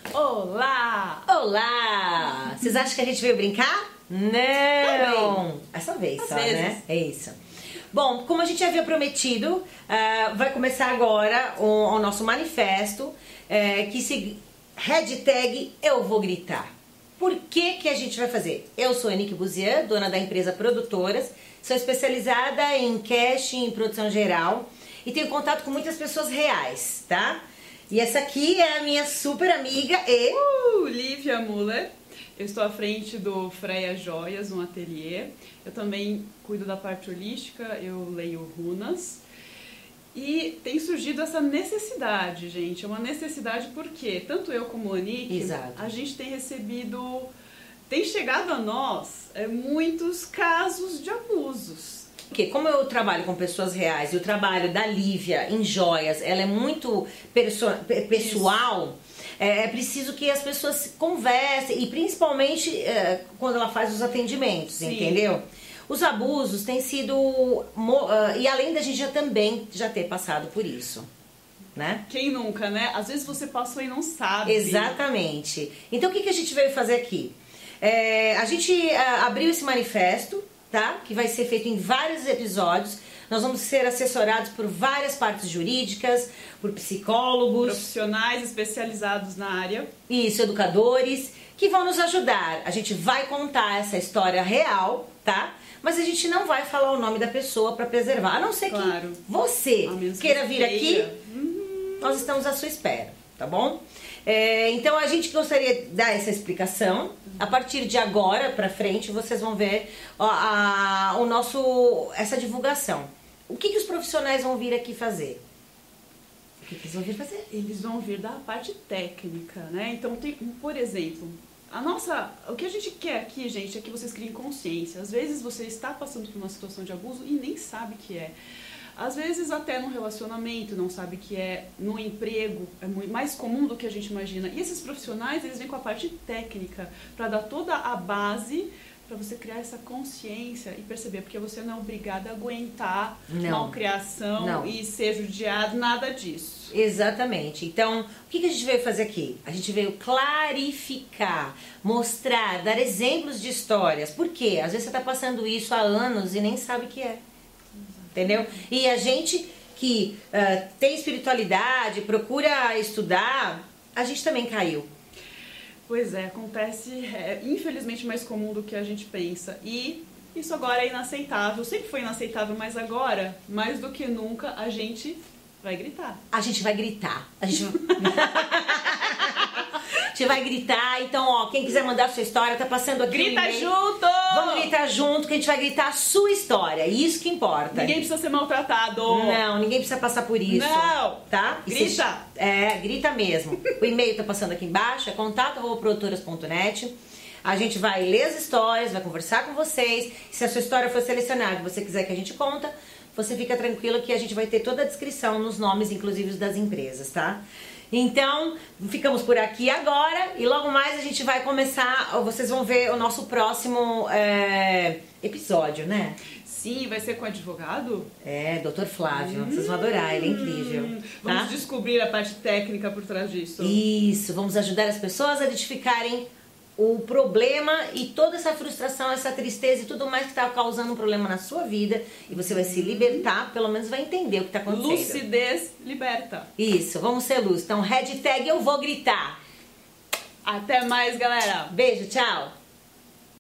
Olá! Olá! Vocês acham que a gente veio brincar? Não! Essa vez Às só, vezes. né? É isso. Bom, como a gente havia prometido, vai começar agora o nosso manifesto, que se hashtag Eu Vou Gritar. Por que a gente vai fazer? Eu sou a Nick Buzian, dona da empresa Produtoras, sou especializada em casting, em produção geral e tenho contato com muitas pessoas reais, tá? E essa aqui é a minha super amiga Lívia Muller. Eu estou à frente do Freia Joias, um ateliê. Eu também cuido da parte holística, eu leio runas. E tem surgido essa necessidade, gente. É uma necessidade porque tanto eu como a Nick, Exato. a gente tem recebido, tem chegado a nós muitos casos de abusos. Porque como eu trabalho com pessoas reais e o trabalho da Lívia em joias, ela é muito pessoal, é preciso que as pessoas conversem, e principalmente quando ela faz os atendimentos, Sim. entendeu? Os abusos têm sido, e além da gente já ter passado por isso, né? Quem nunca, né? Às vezes você passou e não sabe. Exatamente. Então o que a gente veio fazer aqui? A gente abriu esse manifesto, tá? Que vai ser feito em vários episódios. Nós vamos ser assessorados por várias partes jurídicas, por psicólogos, Profissionais especializados na área. isso, educadores, que vão nos ajudar. A gente vai contar essa história real, tá? Mas a gente não vai falar o nome da pessoa para preservar. A não ser Claro. que você A menos que queira vir aqui, queira. nós estamos à sua espera, tá bom? Então a gente gostaria de dar essa explicação. A partir de agora pra frente vocês vão ver essa divulgação. O que os profissionais vão vir aqui fazer? O que eles vão vir fazer? Eles vão vir da parte técnica, né? Então, por exemplo, o que a gente quer aqui, gente, é que vocês criem consciência. Às vezes você está passando por uma situação de abuso e nem sabe que é. Às vezes até no relacionamento não sabe que é, no emprego é muito mais comum do que a gente imagina. E esses profissionais, eles vêm com a parte técnica para dar toda a base para você criar essa consciência e perceber, porque você não é obrigada a aguentar malcriação e ser judiado, nada disso. Exatamente. Então, o que a gente veio fazer aqui? A gente veio clarificar, mostrar, dar exemplos de histórias. Por quê? Às vezes você está passando isso há anos e nem sabe o que é. Entendeu? E a gente que tem espiritualidade, procura estudar, a gente também caiu. Pois é, acontece, infelizmente mais comum do que a gente pensa. E isso agora é inaceitável, sempre foi inaceitável, mas agora, mais do que nunca, a gente vai gritar. A gente vai gritar. A gente vai gritar. Então, ó, quem quiser mandar a sua história, tá passando aqui. Grita junto! Vamos gritar junto, que a gente vai gritar a sua história. Isso que importa. Ninguém precisa ser maltratado. Não, ninguém precisa passar por isso. Não! Tá? Grita! Grita mesmo. O e-mail tá passando aqui embaixo, é contato@produtoras.net. A gente vai ler as histórias, vai conversar com vocês. Se a sua história for selecionada e você quiser que a gente conta, você fica tranquilo que a gente vai ter toda a descrição nos nomes, inclusive das empresas, tá? Então, ficamos por aqui agora e logo mais a gente vai começar, vocês vão ver o nosso próximo episódio, né? Sim, vai ser com o advogado? Dr. Flávio, vocês vão adorar, ele é incrível. Vamos Tá? descobrir a parte técnica por trás disso. Isso, vamos ajudar as pessoas a identificarem o problema e toda essa frustração, essa tristeza e tudo mais que está causando um problema na sua vida, e você vai se libertar, pelo menos vai entender o que está acontecendo. Lucidez liberta. Isso, vamos ser luz. Então, hashtag Eu Vou Gritar. Até mais, galera. Beijo, tchau.